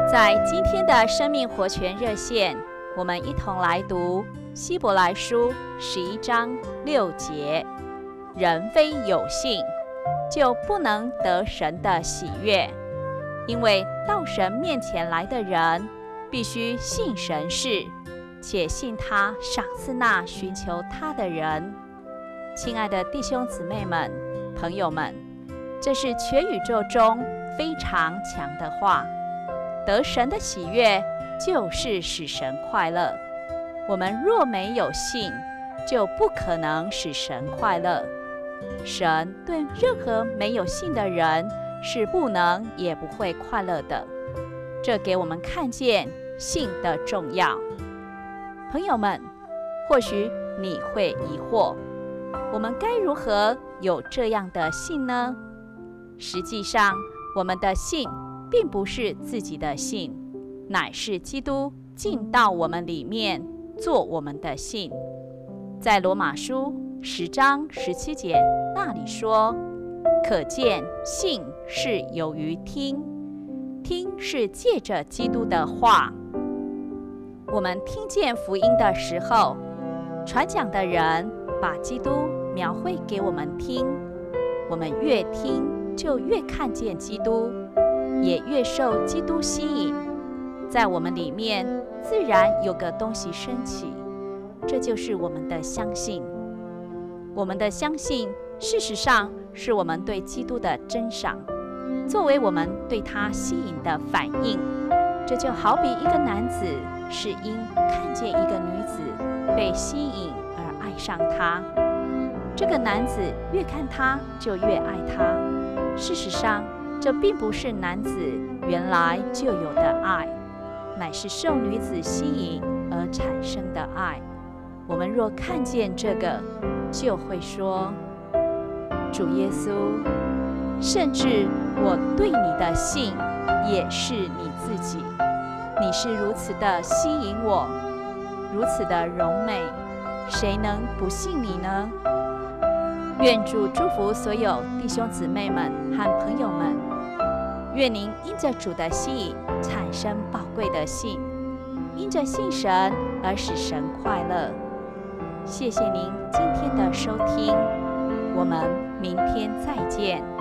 在今天的生命活泉热线，我们一同来读希伯来书11章6节：人非有信，就不能得神的喜悦，因为到神面前来的人，必须信神是，且信他赏赐那寻求他的人。亲爱的弟兄姊妹们、朋友们，这是全宇宙中非常强的话。得神的喜悦，就是使神快乐。我们若没有信，就不可能使神快乐。神对任何没有信的人是不能也不会快乐的。这给我们看见信的重要。朋友们，或许你会疑惑，我们该如何有这样的信呢？实际上，我们的信并不是自己的信，乃是基督进到我们里面，做我们的信。在罗马书10章17节那里说，可见信是由于听，听是借着基督的话。我们听见福音的时候，传讲的人把基督描绘给我们听，我们越听就越看见基督，也越受基督吸引，在我们里面自然有个东西升起，这就是我们的相信。我们的相信，事实上是我们对基督的珍赏，作为我们对他吸引的反应。这就好比一个男子是因看见一个女子被吸引而爱上她，这个男子越看她就越爱她。事实上，这并不是男子原来就有的爱，乃是受女子吸引而产生的爱。我们若看见这个，就会说：主耶稣，甚至我对你的信也是你自己，你是如此的吸引我，如此的柔美，谁能不信你呢？愿主祝福所有弟兄姊妹们和朋友们，愿您因着主的吸引产生宝贵的信，因着信神而使神快乐。谢谢您今天的收听，我们明天再见。